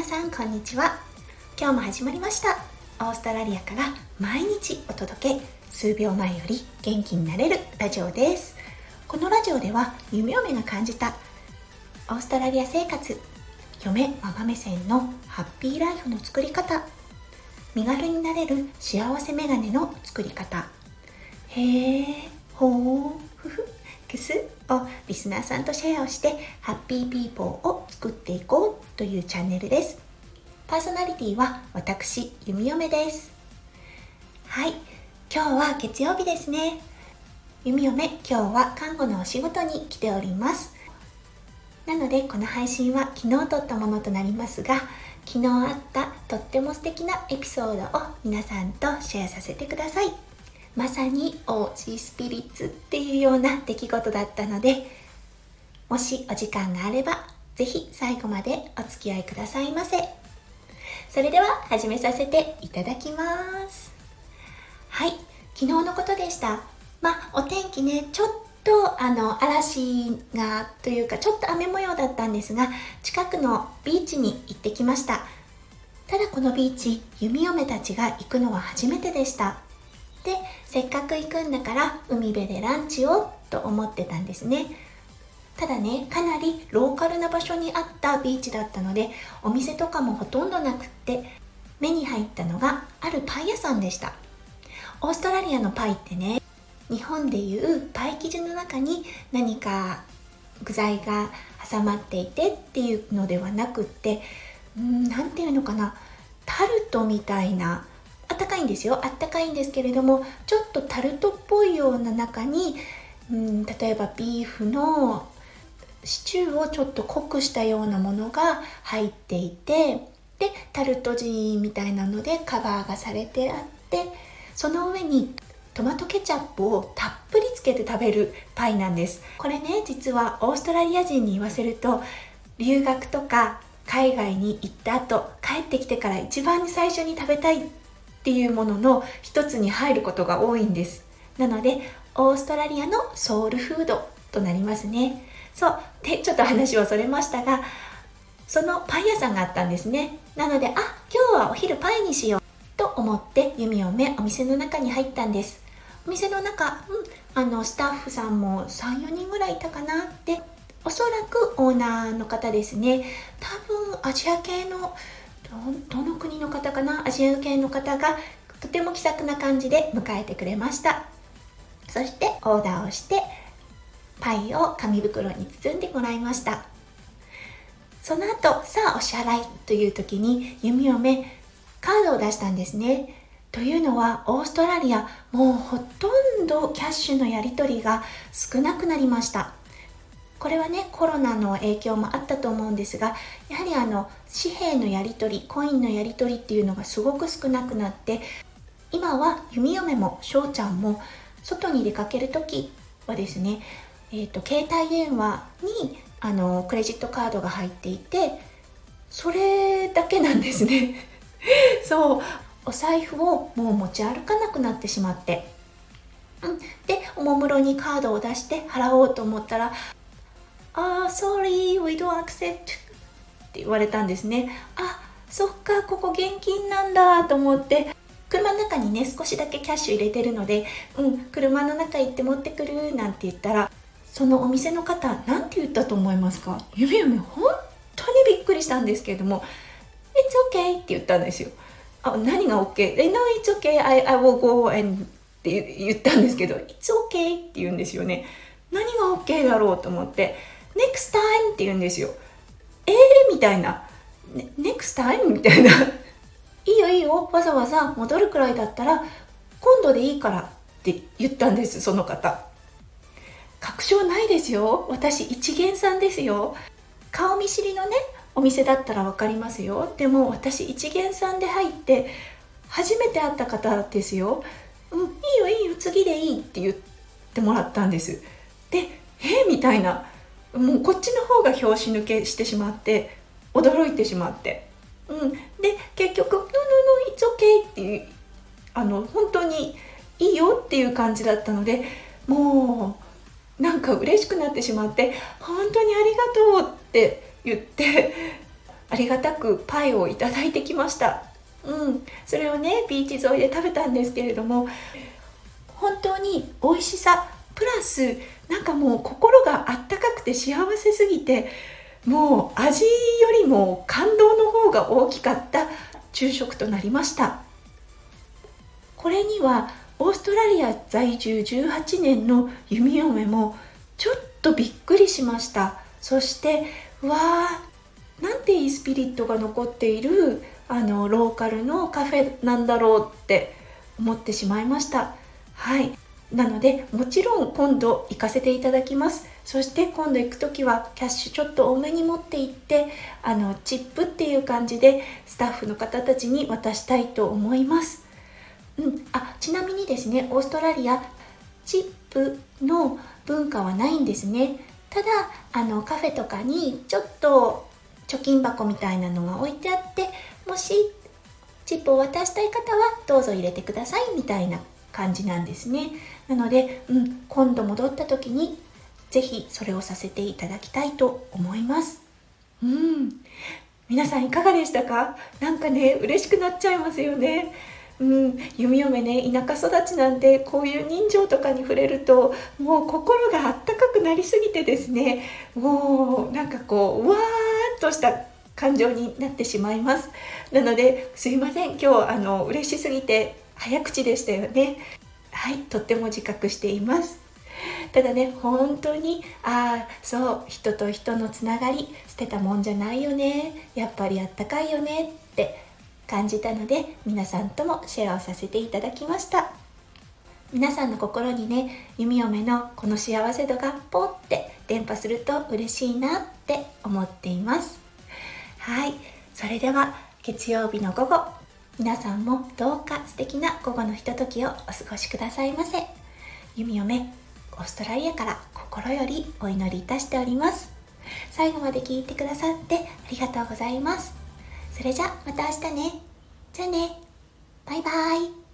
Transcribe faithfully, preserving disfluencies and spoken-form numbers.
さんこんにちは。今日も始まりました。オーストラリアから毎日お届け、数秒前より元気になれるラジオです。このラジオでは弓嫁が感じたオーストラリア生活、嫁ママ目線のハッピーライフの作り方、身軽になれる幸せメガネの作り方、へーほーふふくすをリスナーさんとシェアをしてハッピーピーポーを作っていこうというチャンネルです。パーソナリティは私、弓嫁です。はい、今日は月曜日ですね。弓嫁、今日は看護のお仕事に来ております。なのでこの配信は昨日撮ったものとなりますが、昨日あったとっても素敵なエピソードを皆さんとシェアさせてください。まさにオージースピリッツっていうような出来事だったので、もしお時間があればぜひ最後までお付き合いくださいませ。それでは始めさせていただきます。はい、昨日のことでした。まあお天気ね、ちょっとあの嵐がというかちょっと雨模様だったんですが、近くのビーチに行ってきました。ただこのビーチ、弓嫁たちが行くのは初めてでした。で、せっかく行くんだから海辺でランチをと思ってたんですね。ただね、かなりローカルな場所にあったビーチだったので、お店とかもほとんどなくって、目に入ったのがあるパン屋さんでした。オーストラリアのパイってね、日本でいうパイ生地の中に何か具材が挟まっていてっていうのではなくって、うーん、なんていうのかな、タルトみたいな、あったかいんですよ。あったかいんですけれども、ちょっとタルトっぽいような中に、うん、例えばビーフのシチューをちょっと濃くしたようなものが入っていて、でタルト地みたいなのでカバーがされてあって、その上にトマトケチャップをたっぷりつけて食べるパイなんです。これね、実はオーストラリア人に言わせると、留学とか海外に行った後帰ってきてから一番に最初に食べたいっていうものの一つに入ることが多いんです。なのでオーストラリアのソウルフードとなりますね。そうで、ちょっと話はそれましたが、そのパン屋さんがあったんですね。なので、あ、今日はお昼パイにしようと思って弓嫁お店の中に入ったんです。お店の中、うん、あのスタッフさんもさん、よにんぐらいいたかなって、おそらくオーナーの方ですね。多分アジア系のど, どの国の方かな、アジア系の方がとても気さくな感じで迎えてくれました。そしてオーダーをしてパイを紙袋に包んでもらいました。その後、さあお支払いという時に弓嫁カードを出したんですね。というのはオーストラリア、もうほとんどキャッシュのやり取りが少なくなりました。これはね、コロナの影響もあったと思うんですが、やはりあの紙幣のやり取り、コインのやり取りっていうのがすごく少なくなって、今は弓嫁も翔ちゃんも外に出かけるときはですね、えーと、携帯電話にあのクレジットカードが入っていて、それだけなんですねそう、お財布をもう持ち歩かなくなってしまって、うん、でおもむろにカードを出して払おうと思ったら、あー、sorry, we don't accept って言われたんですね。あ、そっか、ここ現金なんだと思って、車の中にね少しだけキャッシュ入れてるので、うん、車の中行って持ってくるなんて言ったら、そのお店の方なんて言ったと思いますか？弓嫁本当にびっくりしたんですけれども、 It's okay って言ったんですよ。あ、何が OK？ No, it's okay, I, I will go and って言ったんですけど、 It's okay って言うんですよね。何が OK だろうと思って、 Next time って言うんですよ。えーみたいな、ね、Next time みたいないいよいいよ、わざわざ戻るくらいだったら今度でいいからって言ったんです。その方確証ないですよ。私一元さんですよ。顔見知りのねお店だったら分かりますよ。でも私一元さんで入って初めて会った方ですよ。うん、いいよいいよ、次でいいって言ってもらったんです。で、えみたいな、もうこっちの方が拍子抜けしてしまって、驚いてしまって、うん、で結局 No, no, no, it's okay っていう、あの本当にいいよっていう感じだったので、もうなんか嬉しくなってしまって、本当にありがとうって言って、 ありがたくパイをいただいてきました。うん、それをねビーチ沿いで食べたんですけれども、本当に美味しさプラスなんかもう心があったかくて幸せすぎて、もう味よりも感動の方が大きかった昼食となりました。これにはオーストラリア在住じゅうはちねんの弓嫁もちょっとびっくりしました。そしてうわー、なんていいスピリットが残っているあのローカルのカフェなんだろうって思ってしまいました。はい、なのでもちろん今度行かせていただきます。そして今度行くときはキャッシュちょっと多めに持って行って、あのチップっていう感じでスタッフの方たちに渡したいと思います。うん、あちなみにですね、オーストラリアチップの文化はないんですね。ただあのカフェとかにちょっと貯金箱みたいなのが置いてあって、もしチップを渡したい方はどうぞ入れてくださいみたいな感じなんですね。なので、うん、今度戻った時にぜひそれをさせていただきたいと思います。うん、皆さんいかがでしたか？なんかね嬉しくなっちゃいますよね。うん、弓嫁ね田舎育ちなんで、こういう人情とかに触れるともう心があったかくなりすぎてですね、もうなんかこううわーっとした感情になってしまいます。なのですいません、今日あの嬉しすぎて早口でしたよね。はい、とっても自覚しています。ただね、本当にああそう人と人のつながり捨てたもんじゃないよね、やっぱりあったかいよねって感じたので、皆さんともシェアをさせていただきました。皆さんの心にね弓嫁のこの幸せ度がポッて伝播すると嬉しいなって思っています。はい、それでは月曜日の午後、皆さんもどうか素敵な午後のひとときをお過ごしくださいませ。弓嫁オーストラリアから心よりお祈りいたしております。最後まで聞いてくださってありがとうございます。それじゃまた明日ね。じゃあね。バイバイ。